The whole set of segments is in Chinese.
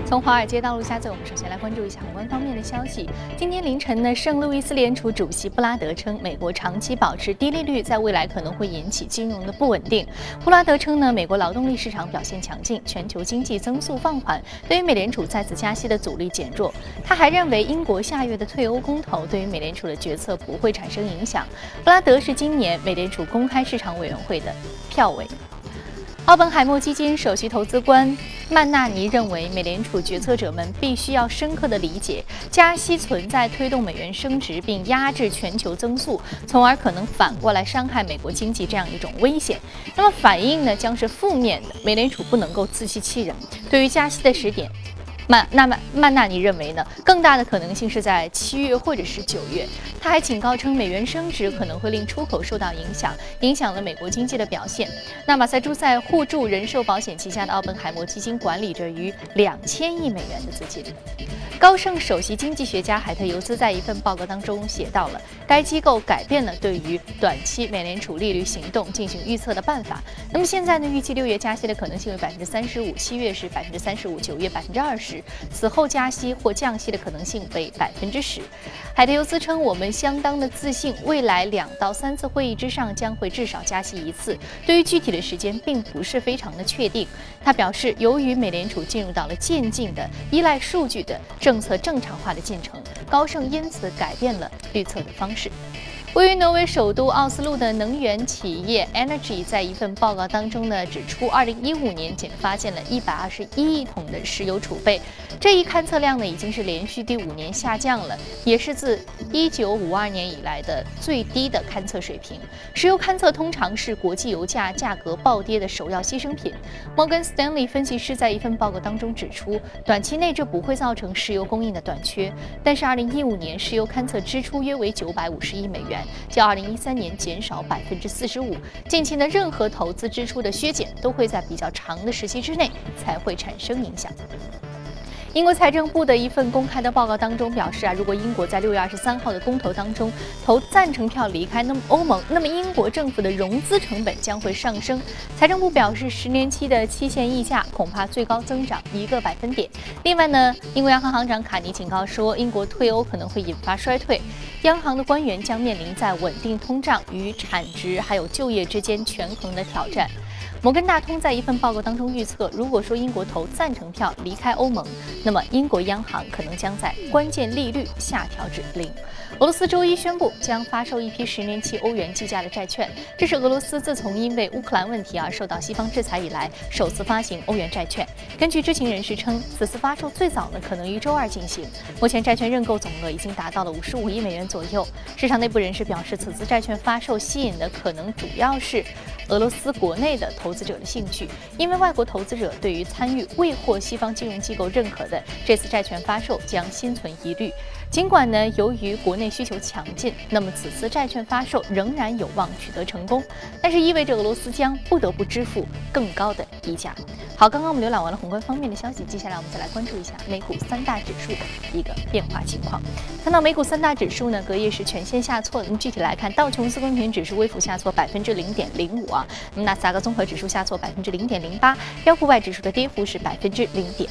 从华尔街到陆家嘴，我们首先来关注一下宏观方面的消息。今天凌晨呢，圣路易斯联储主席布拉德称，美国长期保持低利率，在未来可能会引起金融的不稳定。布拉德称呢，美国劳动力市场表现强劲，全球经济增速放缓，对于美联储再次加息的阻力减弱。他还认为，英国下月的退欧公投对于美联储的决策不会产生影响。布拉德是今年美联储公开市场委员会的票委。奥本海默基金首席投资官曼纳尼认为，美联储决策者们必须要深刻地理解，加息存在推动美元升值并压制全球增速，从而可能反过来伤害美国经济这样一种危险。那么反应呢，将是负面的。美联储不能够自欺欺人。对于加息的时点，曼纳尼认为呢，更大的可能性是在7月或者是9月。他还警告称，美元升值可能会令出口受到影响，影响了美国经济的表现。那马萨诸塞互助人寿保险旗下的奥本海默基金管理着逾2000亿美元的资金。高盛首席经济学家海特尤兹在一份报告当中写到了，该机构改变了对于短期美联储利率行动进行预测的办法。那么现在呢，预计6月加息的可能性为35%， 7月是35%， 9月20%，此后加息或降息的可能性为10%。海特尤兹称，我们相当的自信，未来2到3次会议之上将会至少加息1次，对于具体的时间并不是非常的确定。他表示，由于美联储进入到了渐进的依赖数据的政策正常化的进程，高盛因此改变了预测的方式。位于挪威首都奥斯陆的能源企业 Energy 在一份报告当中呢指出，2015年仅发现了121亿桶的石油储备，这一勘测量呢已经是连续第5年下降了，也是自1952年以来的最低的勘测水平。石油勘测通常是国际油价价格暴跌的首要牺牲品。摩根斯丹利分析师在一份报告当中指出，短期内这不会造成石油供应的短缺，但是2015年石油勘测支出约为950亿美元。较2013年减少45%，近期的任何投资支出的削减都会在比较长的时期之内才会产生影响。英国财政部的一份公开的报告当中表示如果英国在6月23号的公投当中投赞成票离开欧盟，那么英国政府的融资成本将会上升。财政部表示，10年期的期限溢价恐怕最高增长1个百分点。另外呢，英国央行行长卡尼警告说，英国退欧可能会引发衰退，央行的官员将面临在稳定通胀与产值还有就业之间权衡的挑战。摩根大通在一份报告当中预测，如果说英国投赞成票离开欧盟，那么英国央行可能将在关键利率下调至0。俄罗斯周一宣布将发售一批10年期欧元计价的债券，这是俄罗斯自从因为乌克兰问题而受到西方制裁以来首次发行欧元债券。根据知情人士称，此次发售最早呢可能于周2进行。目前债券认购总额已经达到了55亿美元左右。市场内部人士表示，此次债券发售吸引的可能主要是俄罗斯国内的投资者的兴趣，因为外国投资者对于参与未获西方金融机构认可的这次债券发售将心存疑虑。尽管呢，由于国内需求强劲，那么此次债券发售仍然有望取得成功，但是意味着俄罗斯将不得不支付更高的溢价。好，刚刚我们浏览完了宏观方面的消息，接下来我们再来关注一下美股3大指数的一个变化情况。看到美股3大指数呢，隔夜是全线下挫。那么具体来看，道琼斯工业平指数微幅下挫0.05%那么纳斯达克综合指数下挫0.08%，标普500指数的跌幅是0.21%。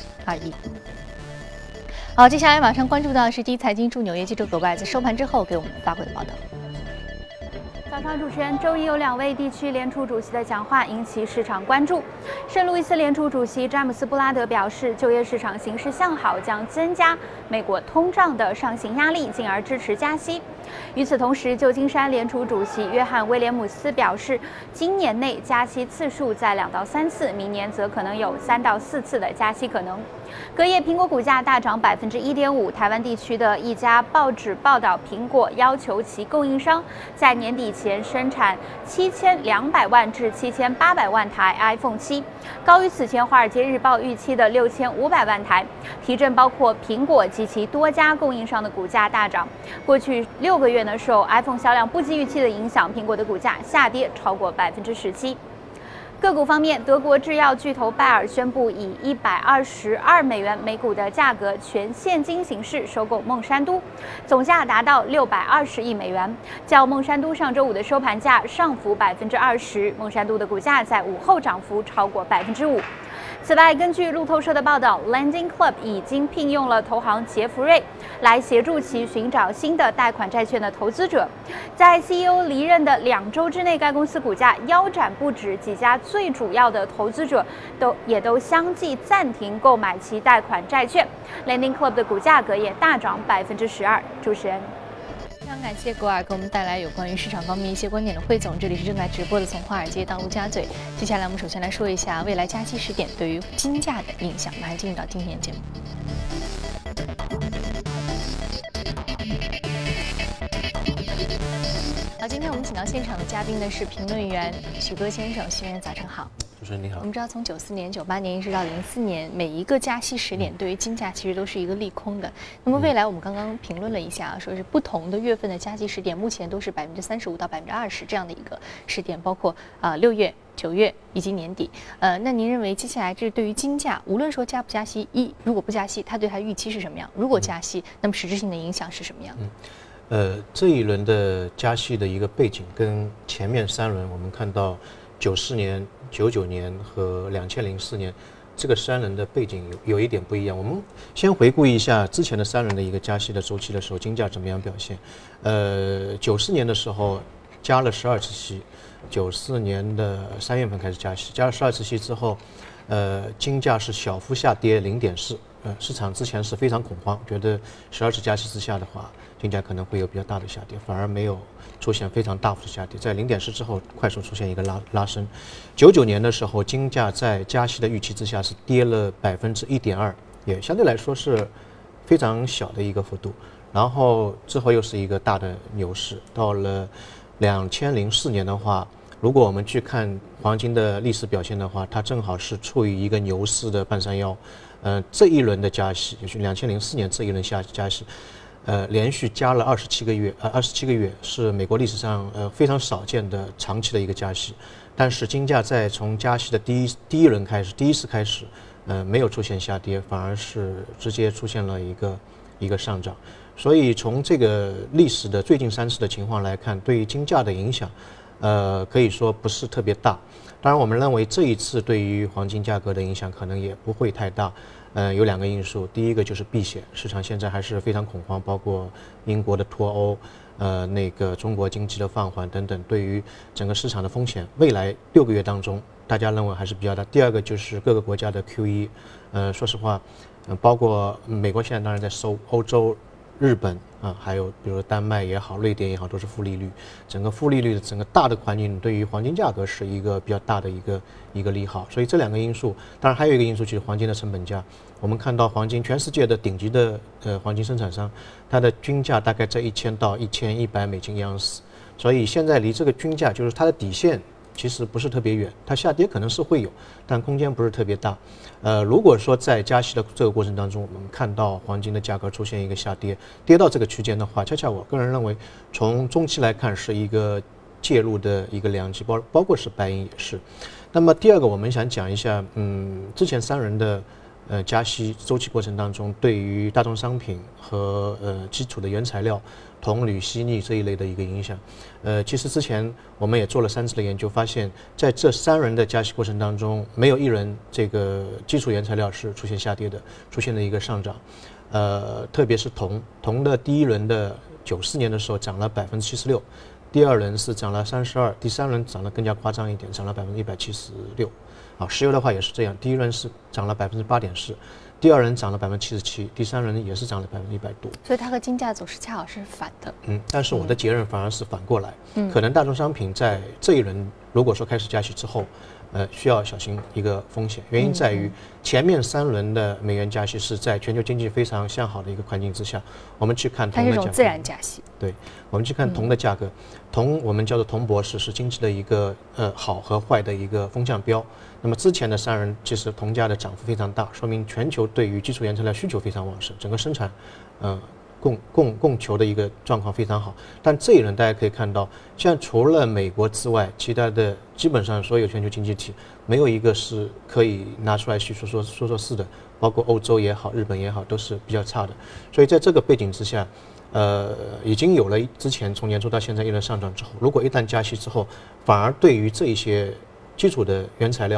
好，接下来马上关注到的是第一财经驻纽约记者葛外在收盘之后给我们发回的报道。 早上主持人，周一有2位地区联储主席的讲话引起市场关注。圣路易斯联储主席詹姆斯·布拉德表示，就业市场形势向好将增加美国通胀的上行压力，进而支持加息。与此同时，旧金山联储主席约翰·威廉姆斯表示，今年内加息次数在2到3次，明年则可能有3到4次的加息可能。隔夜，苹果股价大涨1.5%。台湾地区的一家报纸报道，苹果要求其供应商在年底前生产7200万至7800万台 iPhone 7，高于此前《华尔街日报》预期的6500万台。提振包括苹果及其多家供应商的股价大涨。过去6个月呢，受 iPhone 销量不及预期的影响，苹果的股价下跌超过17%。个股方面，德国制药巨头拜耳宣布以122美元每股的价格全现金形式收购孟山都，总价达到620亿美元，较孟山都上周五的收盘价上浮20%。孟山都的股价在午后涨幅超过5%。 此外，根据路透社的报道 ，Lending Club 已经聘用了投行杰弗瑞来协助其寻找新的贷款债券的投资者。在 CEO 离任的2周之内，该公司股价腰斩不止，几家最主要的投资者也都相继暂停购买其贷款债券。Lending Club 的股价格也大涨12%。主持人。 非常感谢国尔给我们带来有关于市场方面一些观点的汇总。这里是正在直播的从华尔街到陆家嘴。接下来我们首先来说一下未来加息时点对于金价的影响。马上进入到今天的节目。好，今天我们请到现场的嘉宾呢是评论员许戈先生，许先生早晨好。 主持人你好。 我们知道从94年、98年一直到04年，每一个加息时点对于金价其实都是一个利空的。那么未来我们刚刚评论了一下，说是不同的月份的加息时点，目前都是35%到20%这样的一个时点，包括6月、9月以及年底。那您认为接下来这对于金价，无论说加不加息，如果不加息，它对它预期是什么样？如果加息，那么实质性的影响是什么样？ 这一轮的加息的一个背景跟前面3轮我们看到94年、99年和2004年这个3轮的背景有一点不一样。我们先回顾一下之前的3轮的一个加息的周期的时候，金价怎么样表现？94年的时候加了12次息，94年的3月份开始加息，加了12次息之后，金价是小幅下跌0.4。市场之前是非常恐慌，觉得12次加息之下的话，金价可能会有比较大的下跌，反而没有出现非常大幅的下跌，在0.4之后快速出现一个拉升。99年的时候，金价在加息的预期之下是跌了1.2%，也相对来说是非常小的一个幅度。然后之后又是一个大的牛市，到了2004年的话，如果我们去看黄金的历史表现的话，它正好是处于一个牛市的半山腰。这一轮的加息，就是2004年这一轮加息，连续加了27个月，27个月是美国历史上非常少见的长期的一个加息。但是金价在从加息的第一轮开始，第一次开始，没有出现下跌，反而是直接出现了一个上涨。所以从这个历史的最近3次的情况来看，对于金价的影响，可以说不是特别大。当然，我们认为这一次对于黄金价格的影响可能也不会太大。有2个因素，第一个就是避险，市场现在还是非常恐慌，包括英国的脱欧，那个中国经济的放缓等等，对于整个市场的风险，未来6个月当中，大家认为还是比较大。第二个就是各个国家的 QE，说实话，包括美国现在当然在收，欧洲、日本还有比如说丹麦也好、瑞典也好，都是负利率。整个负利率的整个大的环境对于黄金价格是一个比较大的一个利好。所以这2个因素，当然还有一个因素就是黄金的成本价。我们看到黄金，全世界的顶级的黄金生产商，它的均价大概在1000到1100美金一盎司。所以现在离这个均价就是它的底线其实不是特别远，它下跌可能是会有，但空间不是特别大。如果说在加息的这个过程当中，我们看到黄金的价格出现一个下跌，跌到这个区间的话，恰恰我个人认为，从中期来看是一个介入的一个良机，包括是白银也是。那么第二个，我们想讲一下，之前3轮的加息周期过程当中，对于大宗商品和基础的原材料。铜、铝、锡、镍这一类的一个影响，其实之前我们也做了3次的研究，发现在这3轮的加息过程当中，没有1轮这个基础原材料是出现下跌的，出现了一个上涨。特别是铜的第1轮的94年的时候涨了76%，第2轮是涨了32%，第3轮涨得更加夸张一点，涨了176%。石油的话也是这样，第1轮是涨了8.4%。第2轮涨了77%，第3轮也是涨了100多， 所以它和金价走势恰好是反的。 但是我的结论反而是反过来，可能大宗商品在这一轮如果说开始加息之后，需要小心一个风险，原因在于前面3轮的美元加息是在全球经济非常向好的一个环境之下，我们去看铜的价格， 它是一种自然加息。 对，我们去看铜的价格，铜我们叫做铜博士，是经济的一个好和坏的一个风向标。那么之前的3轮其实铜价的涨幅非常大，说明全球对于基础原材料需求非常旺盛，整个生产供求的一个状况非常好。但这一轮大家可以看到，现在除了美国之外，其他的基本上所有全球经济体没有一个是可以拿出来去说是的，包括欧洲也好、日本也好，都是比较差的。所以在这个背景之下，已经有了之前从年初到现在一轮上涨之后，如果一旦加息之后，反而对于这一些基础的原材料，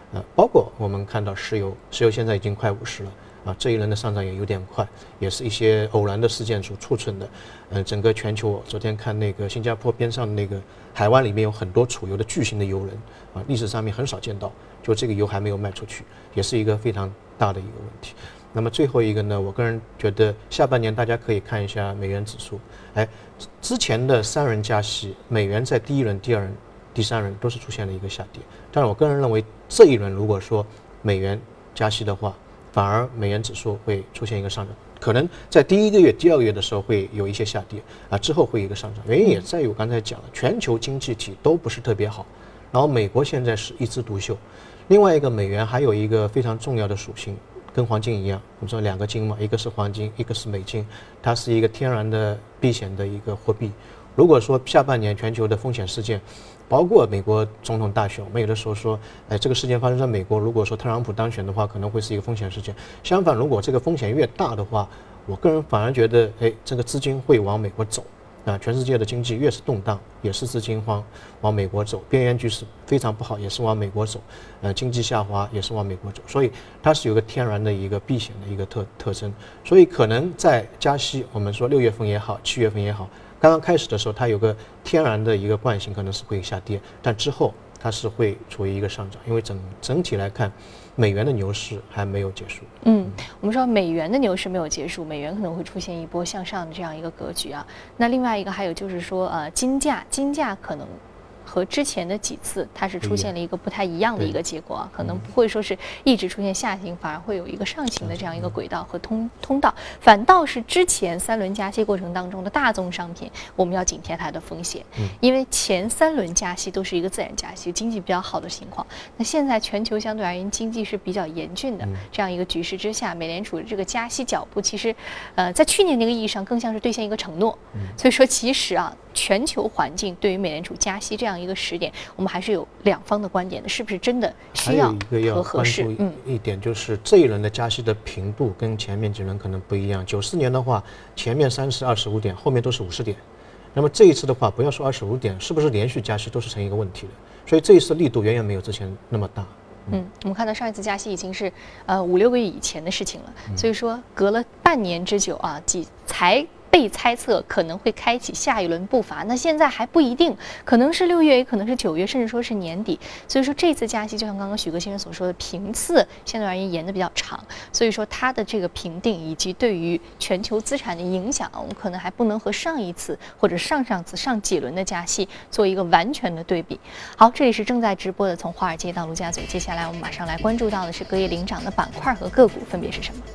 包括我们看到石油现在已经快50了。这一轮的上涨也有点快，也是一些偶然的事件所促成的。整个全球，昨天看那个新加坡边上的那个海湾里面有很多储油的巨型的油轮，历史上面很少见到，就这个油还没有卖出去，也是一个非常大的一个问题。那么最后一个呢，我个人觉得下半年大家可以看一下美元指数。之前的3轮加息，美元在第1轮、第2轮、第3轮都是出现了一个下跌。但是我个人认为，这一轮如果说美元加息的话，反而美元指数会出现一个上涨，可能在第1个月、第2个月的时候会有一些下跌之后会有一个上涨。原因也在于我刚才讲了，全球经济体都不是特别好，然后美国现在是一枝独秀。另外一个，美元还有一个非常重要的属性，跟黄金一样，我们说2个金嘛，一个是黄金，一个是美金，它是一个天然的避险的一个货币。如果说下半年全球的风险事件，包括美国总统大选，我们有的时候说，这个事件发生在美国，如果说特朗普当选的话，可能会是一个风险事件。相反，如果这个风险越大的话，我个人反而觉得，这个资金会往美国走。全世界的经济越是动荡，也是资金往美国走，边缘局势非常不好，也是往美国走，经济下滑也是往美国走，所以它是有个天然的一个避险的一个特征。所以可能在加息，我们说6月份也好，7月份也好，刚刚开始的时候，它有个天然的一个惯性，可能是会下跌，但之后它是会处于一个上涨，因为整体来看，美元的牛市还没有结束。 我们说美元的牛市没有结束，美元可能会出现一波向上的这样一个格局啊。那另外一个还有就是说，金价可能和之前的几次它是出现了一个不太一样的一个结果，可能不会说是一直出现下行，反而会有一个上行的这样一个轨道和通道。反倒是之前3轮加息过程当中的大宗商品，我们要警惕它的风险，因为前3轮加息都是一个自然加息，经济比较好的情况。那现在全球相对而言经济是比较严峻的这样一个局势之下，美联储的这个加息脚步，其实在去年那个意义上更像是兑现一个承诺。所以说其实全球环境对于美联储加息这样一个时点，我们还是有2方的观点的，是不是真的需要和合适？ 还有一个要关注一点，就是这一轮的加息的频度跟前面几轮可能不一样。94年的话，前面3次25点，后面都是50点。那么这一次的话，不要说25点，是不是连续加息都是成一个问题的。所以这一次力度远远没有之前那么大。 我们看到上一次加息已经是5-6个月以前的事情了，所以说隔了半年之久才被猜测可能会开启下一轮步伐，那现在还不一定，可能是6月，也可能是9月，甚至说是年底。所以说这次加息，就像刚刚许哥先生所说的，频次相对而言延得比较长，所以说它的这个评定以及对于全球资产的影响，我们可能还不能和上一次或者上次上几轮的加息做一个完全的对比。好，这里是正在直播的从华尔街到陆家嘴，接下来我们马上来关注到的是隔夜领涨的板块和个股分别是什么。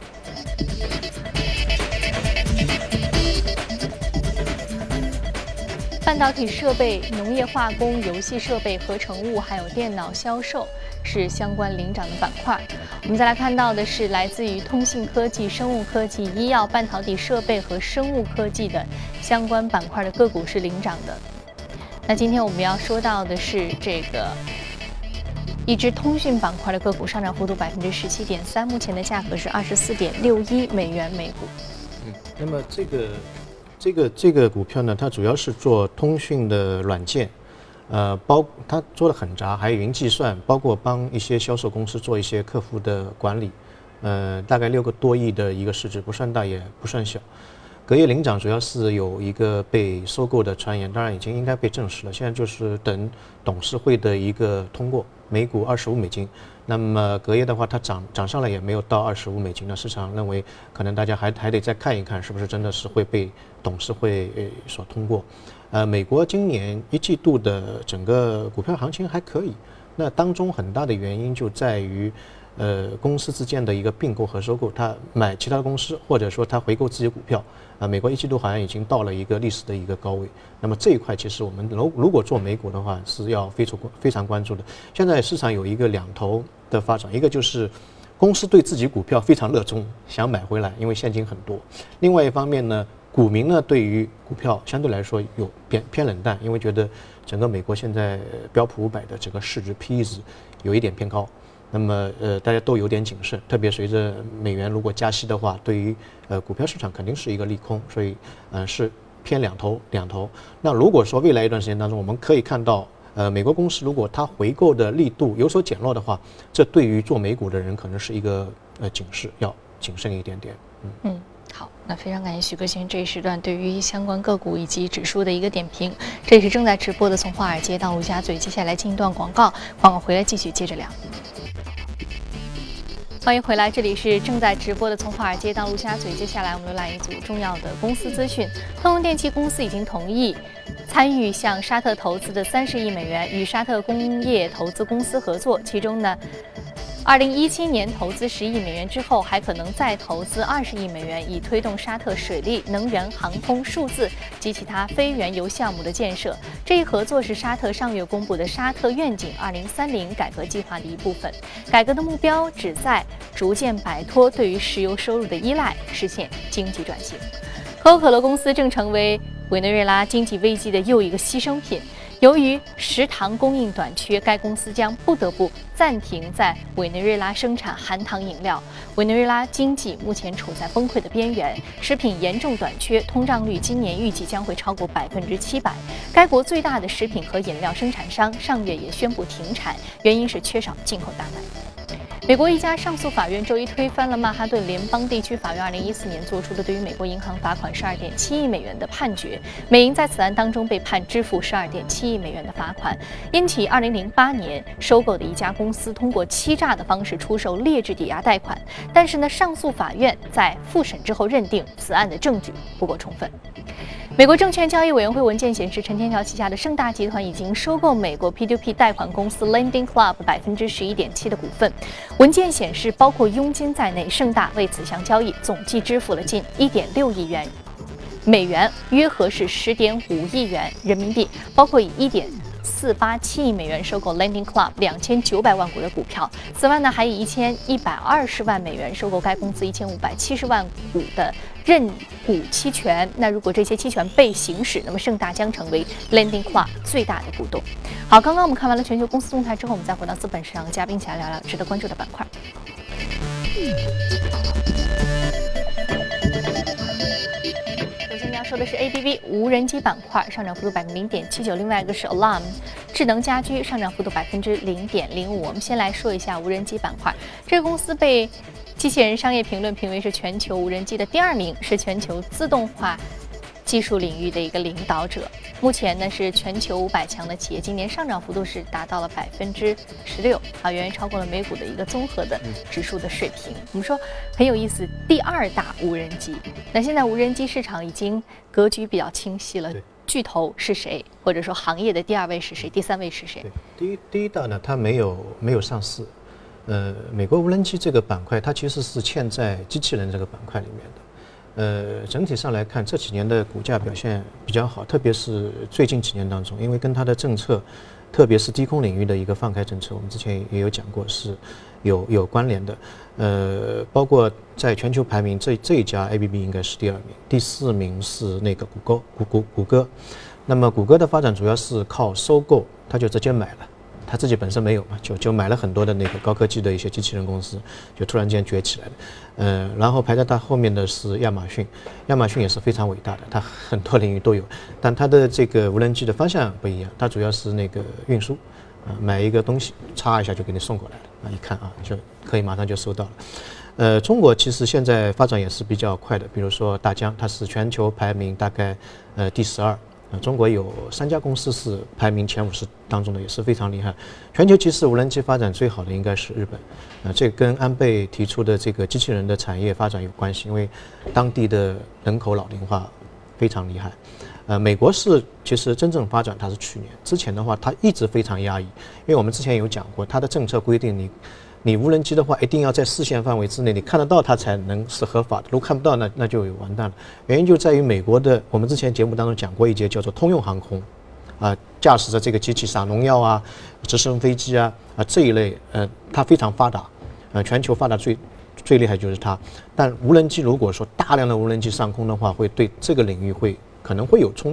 半导体设备、农业化工、游戏设备、合成物，还有电脑销售是相关领涨的板块。我们再来看到的是来自于通信科技、生物科技、医药、半导体设备和生物科技的相关板块的个股是领涨的。那今天我们要说到的是这个一只通讯板块的个股上涨幅度17.3%，目前的价格是24.61美元每股。 那么这个股票呢，它主要是做通讯的软件，它做的很杂，还有云计算，包括帮一些销售公司做一些客户的管理，大概6个多亿的一个市值，不算大也不算小。隔夜领涨主要是有一个被收购的传言，当然已经应该被证实了，现在就是等董事会的一个通过，每股25美金。那么隔夜的话，它涨上来也没有到25美金呢，市场认为可能大家还得再看一看，是不是真的是会被董事会所通过。美国今年1季度的整个股票行情还可以，那当中很大的原因就在于公司之间的一个并购和收购，他买其他的公司，或者说他回购自己股票，美国1季度好像已经到了一个历史的一个高位。那么这一块其实我们如果做美股的话是要非常关注的。现在市场有一个2头的发展，一个就是公司对自己股票非常热衷，想买回来，因为现金很多；另外一方面呢，股民呢对于股票相对来说有偏冷淡，因为觉得整个美国现在标普500的整个市值 PE 值有一点偏高。那么大家都有点谨慎，特别随着美元如果加息的话，对于股票市场肯定是一个利空，所以是偏两头。那如果说未来一段时间当中，我们可以看到美国公司如果它回购的力度有所减弱的话，这对于做美股的人可能是一个警示，要谨慎一点点。 好，那非常感谢许哥先生这一时段对于相关个股以及指数的一个点评。这里是正在直播的从华尔街到陆家嘴，接下来进一段广告，广告回来继续接着聊。欢迎回来，这里是正在直播的从华尔街到陆家嘴。接下来我们浏览一组重要的公司资讯。通用电气公司已经同意参与向沙特投资的30亿美元，与沙特工业投资公司合作。其中呢，2017年投资10亿美元之后，还可能再投资20亿美元，以推动沙特水利、能源、航空、数字及其他非原油项目的建设。这一合作是沙特上月公布的沙特愿景2030改革计划的一部分。改革的目标旨在逐渐摆脱对于石油收入的依赖，实现经济转型。可口可乐公司正成为委内瑞拉经济危机的又一个牺牲品。由于食糖供应短缺，该公司将不得不暂停在委内瑞拉生产含糖饮料。委内瑞拉经济目前处在崩溃的边缘，食品严重短缺，通胀率今年预计将会超过700%。该国最大的食品和饮料生产商上月也宣布停产，原因是缺少进口大麦。美国一家上诉法院周一推翻了曼哈顿联邦地区法院2014年做出的对于美国银行罚款12.7亿美元的判决。美银在此案当中被判支付12.7亿美元的罚款，因其2008年收购的一家公司通过欺诈的方式出售劣质抵押贷款。但是呢，上诉法院在复审之后认定此案的证据不够充分。美国证券交易委员会文件显示，陈天桥旗下的盛大集团已经收购美国 P2P 贷款公司 Lending Club11.7%的股份。文件显示，包括佣金在内，盛大为此项交易总计支付了近1.6亿元美元，约合是10.5亿元人民币，包括以1.487亿美元收购 Lending Club 2900万股的股票。此外呢，还以1120万美元收购该公司1570万股的认股期权。那如果这些期权被行使，那么盛大将成为 Lending Club 最大的股东。好，刚刚我们看完了全球公司动态之后，我们再回到资本市场，嘉宾一起来聊聊值得关注的板块。首先要说的是 ABB 无人机板块上涨幅度0.79%，另外一个是 Alarm 智能家居上涨幅度0.05%。我们先来说一下无人机板块，这个公司被机器人商业评论评为是全球无人机的第2名，是全球自动化技术领域的一个领导者。目前呢是全球500强的企业，今年上涨幅度是达到了16%，远远超过了美股的一个综合的指数的水平。我们说很有意思，第2大无人机。那现在无人机市场已经格局比较清晰了，巨头是谁，或者说行业的第2位是谁，第3位是谁？ 第一大呢，它没有上市。美国无人机这个板块，它其实是嵌在机器人这个板块里面的。整体上来看，这几年的股价表现比较好，特别是最近几年当中，因为跟它的政策，特别是低空领域的一个放开政策，我们之前也有讲过是有关联的。包括在全球排名，这一家 ABB 应该是第2名，第4名是那个谷歌。那么谷歌的发展主要是靠收购，它就直接买了。他自己本身没有嘛，就买了很多的那个高科技的一些机器人公司，就突然间崛起来了。然后排在他后面的是亚马逊，亚马逊也是非常伟大的，它很多领域都有，但它的这个无人机的方向不一样，它主要是那个运输，买一个东西插一下就给你送过来了，一看就可以马上就收到了。中国其实现在发展也是比较快的，比如说大疆，它是全球排名大概第12。中国有3家公司是排名前50当中的，也是非常厉害。全球其实无人机发展最好的应该是日本，这跟安倍提出的这个机器人的产业发展有关系，因为当地的人口老龄化非常厉害。美国是其实真正发展它是去年，之前的话它一直非常压抑，因为我们之前有讲过，它的政策规定你无人机的话，一定要在视线范围之内，你看得到它才能是合法的。如果看不到，那就有完蛋了。原因就在于美国的，我们之前节目当中讲过一节叫做通用航空，驾驶着这个机器撒农药直升飞机这一类，它非常发达，全球发达最厉害就是它。但无人机如果说大量的无人机上空的话，会对这个领域可能会有冲突。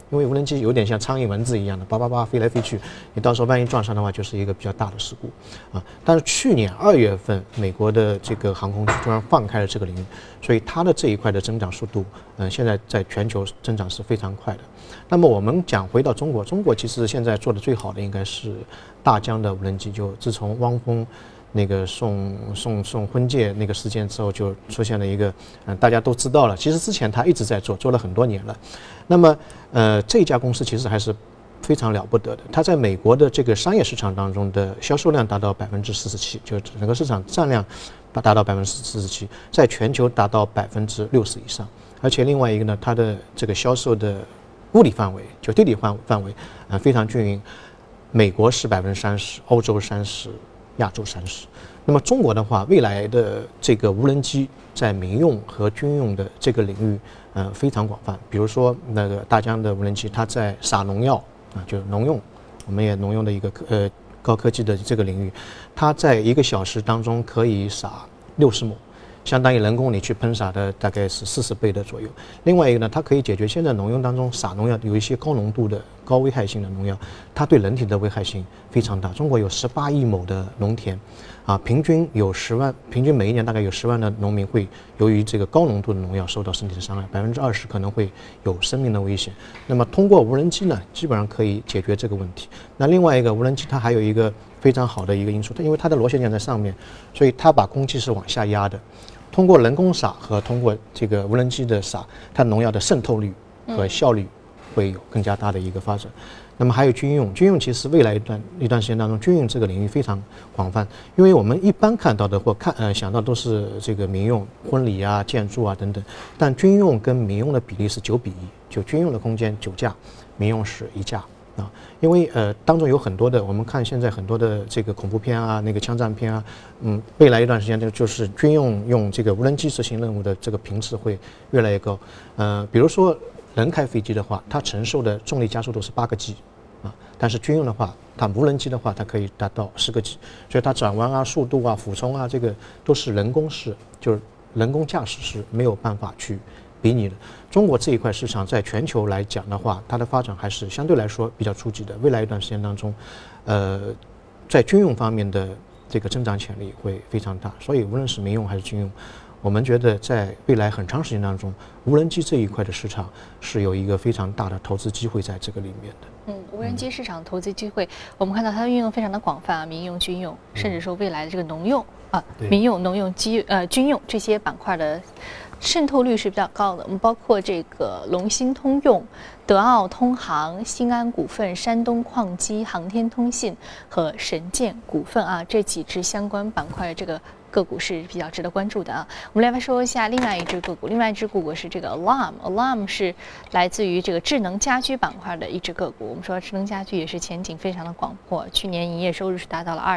因为无人机有点像苍蝇蚊子一样的叭叭叭飞来飞去，你到时候万一撞上的话，就是一个比较大的事故啊。但是去年2月份，美国的这个航空局突然放开了这个领域，所以它的这一块的增长速度，现在在全球增长是非常快的。那么我们讲回到中国，中国其实现在做的最好的应该是大疆的无人机，就自从汪峰那个送婚戒那个事件之后，就出现了一个大家都知道了。其实之前他一直在做了很多年了。那么这家公司其实还是非常了不得的。它在美国的这个商业市场当中的销售量达到47%，就整个市场占量达到47%，在全球达到60%以上。而且另外一个呢，它的这个销售的物理范围，就地理范围非常均匀。美国是30%，欧洲30%。亚洲30%，那么中国的话，未来的这个无人机在民用和军用的这个领域，非常广泛。比如说那个大疆的无人机，它在撒农药啊，就是农用，我们也农用的一个高科技的这个领域，它在1个小时当中可以撒60亩，相当于人工你去喷洒的大概是40倍的左右。另外一个呢，它可以解决现在农用当中撒农药有一些高浓度的高危害性的农药，它对人体的危害性非常大。中国有18亿亩的农田，平均有10万，平均每一年大概有10万的农民会由于这个高浓度的农药受到身体的伤害，20%可能会有生命的危险。那么通过无人机呢，基本上可以解决这个问题。那另外一个无人机它还有一个非常好的一个因素，它因为它的螺旋桨在上面，所以它把空气是往下压的。通过人工撒和通过这个无人机的撒，它农药的渗透率和效率会有更加大的一个发展。那么还有军用，军用其实未来一段时间当中，军用这个领域非常广泛，因为我们一般看到的或想到都是这个民用婚礼啊、建筑啊等等，但军用跟民用的比例是9比1，就军用的空间9架，民用是1架。因为当中有很多的，我们看现在很多的这个恐怖片啊，那个枪战片啊，未来一段时间就是军用这个无人机执行任务的这个频次会越来越高。比如说人开飞机的话，它承受的重力加速度是8个 G 但是军用的话，它无人机的话，它可以达到10个 G， 所以它转弯啊、速度啊、俯冲啊，这个都是人工式，就是人工驾驶是没有办法去比拟的。中国这一块市场在全球来讲的话，它的发展还是相对来说比较初级的。未来一段时间当中，在军用方面的这个增长潜力会非常大。所以无论是民用还是军用，我们觉得在未来很长时间当中，无人机这一块的市场是有一个非常大的投资机会在这个里面的。 无人机市场投资机会，我们看到它的运用非常的广泛啊，民用、军用，甚至说未来的这个农用民用、农用、军用这些板块的渗透率是比较高的。我们包括这个龙芯通用、德奥通航、新安股份、山东矿机、航天通信和神剑股份这几只相关板块的这个个股是比较值得关注的我们来说一下另外一只个股，另外一只个股是这个 Alarm 是来自于这个智能家居板块的一只个股。我们说智能家居也是前景非常的广阔，去年营业收入是达到了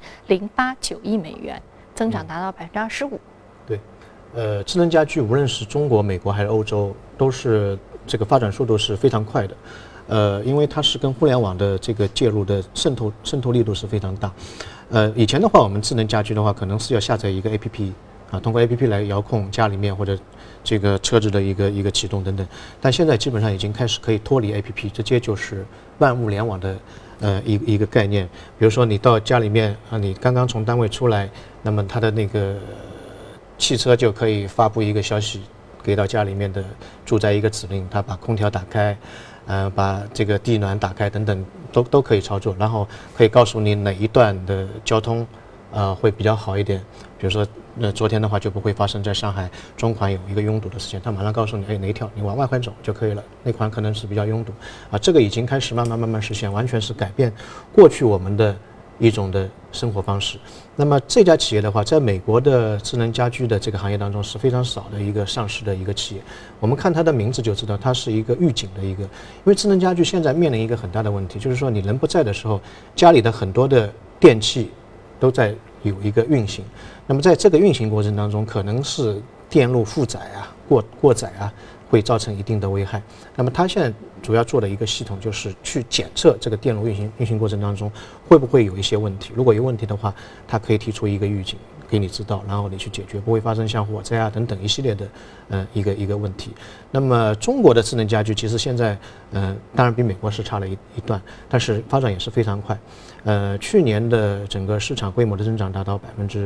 2.089亿美元，增长达到25%。 对，智能家居无论是中国、美国还是欧洲，都是这个发展速度是非常快的。因为它是跟互联网的这个介入的渗透力度是非常大。以前的话，我们智能家居的话，可能是要下载一个 APP 通过 APP 来遥控家里面或者这个车子的一个启动等等。但现在基本上已经开始可以脱离 APP， 直接就是万物联网的一个概念。比如说你到家里面你刚刚从单位出来，那么它的那个汽车就可以发布一个消息给到家里面的住宅一个指令，它把空调打开。把这个地暖打开等等都可以操作，然后可以告诉你哪一段的交通会比较好一点。比如说昨天的话就不会发生在上海中环有一个拥堵的事情，它马上告诉你哪一条你往外环走就可以了，那款可能是比较拥堵这个已经开始慢慢实现，完全是改变过去我们的一种的生活方式。那么这家企业的话，在美国的智能家居的这个行业当中是非常少的一个上市的一个企业。我们看它的名字就知道，它是一个预警的一个。因为智能家居现在面临一个很大的问题，就是说你人不在的时候，家里的很多的电器都在有一个运行。那么在这个运行过程当中，可能是电路负载过载会造成一定的危害。那么它现在主要做的一个系统就是去检测这个电路运行过程当中会不会有一些问题，如果有问题的话，它可以提出一个预警， 给你知道，然后你去解决，不会发生像火灾啊等等一系列的一个问题。那么中国的智能家居其实现在当然比美国是差了一段，但是发展也是非常快。去年的整个市场规模的增长达到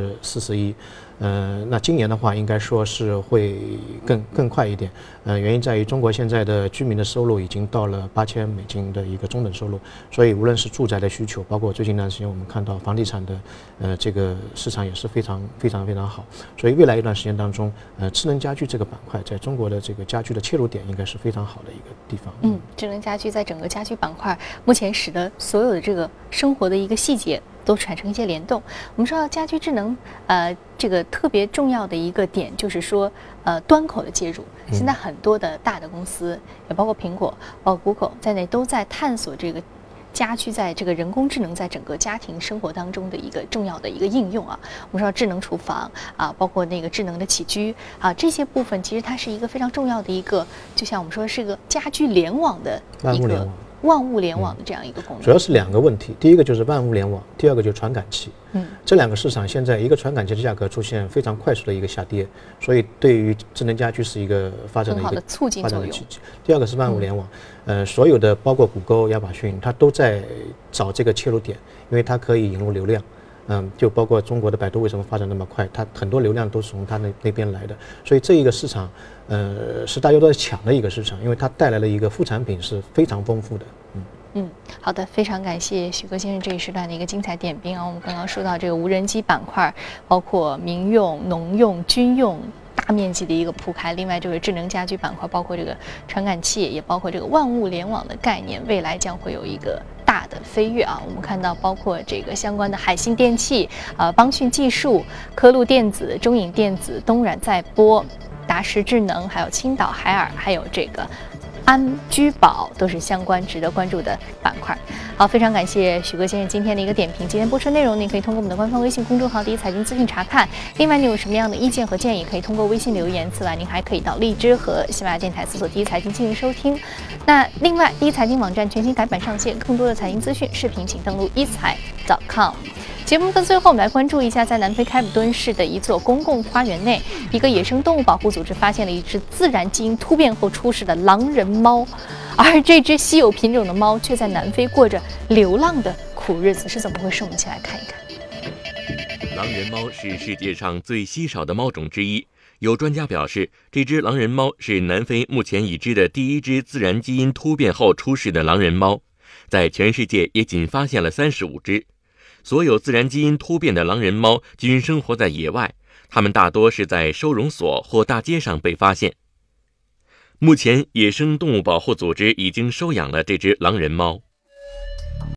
41%，那今年的话应该说是会更快一点。原因在于中国现在的居民的收入已经到了$8000的一个中等收入，所以无论是住宅的需求，包括最近一段时间我们看到房地产的这个市场也是非常好。所以未来一段时间当中，智能家居这个板块在中国的这个家居的切入点应该是非常好的一个地方。 智能家居在整个家居板块目前使得所有的这个生活的一个细节都产生一些联动。我们说到家居智能，这个特别重要的一个点就是说，端口的介入。现在很多的大的公司，也包括苹果、包括 Google 在内，都在探索这个家居在这个人工智能在整个家庭生活当中的一个重要的一个应用啊。我们说到智能厨房啊，包括那个智能的起居啊，这些部分其实它是一个非常重要的一个，就像我们说是个家居联网的一个万物联网的这样一个功能。 主要是2个问题，第一个就是万物联网，第二个就是传感器。这2个市场现在一个传感器的价格出现非常快速的一个下跌，所以对于智能家居是一个发展的一个促进作用。 第二个是万物联网，所有的包括谷歌、亚马逊，它都在找这个切入点，因为它可以引入流量。就包括中国的百度为什么发展那么快，它很多流量都是从它那边来的，所以这一个市场，是大家都在抢的一个市场，因为它带来了一个副产品是非常丰富的。 好的，非常感谢许戈先生这一时段的一个精彩点评啊。我们刚刚说到这个无人机板块，包括民用、农用、军用大面积的一个铺开，另外就是智能家居板块，包括这个传感器，也包括这个万物联网的概念，未来将会有一个大的飞跃啊！我们看到包括这个相关的海信电器、邦讯技术、科路电子、中影电子、东软载波、达时智能，还有青岛海尔，还有这个安居宝，都是相关值得关注的板块。好，非常感谢许戈先生今天的一个点评。今天播出内容您可以通过我们的官方微信公众号第一财经资讯查看。另外，您有什么样的意见和建议，可以通过微信留言。此外，您还可以到荔枝和喜马拉雅电台搜索第一财经进行收听。那另外，第一财经网站全新改版上线，更多的财经资讯视频，请登录一财.com。节目的最后，我们来关注一下，在南非开普敦市的一座公共花园内，一个野生动物保护组织发现了一只自然基因突变后出世的狼人猫，而这只稀有品种的猫却在南非过着流浪的苦日子，是怎么回事？我们一起来看一看。 狼人猫是世界上最稀少的猫种之一，有专家表示，这只狼人猫是南非目前已知的第一只自然基因突变后出世的狼人猫，在全世界也仅发现了35只。所有自然基因突变的狼人猫均生活在野外，它们大多是在收容所或大街上被发现。目前，野生动物保护组织已经收养了这只狼人猫。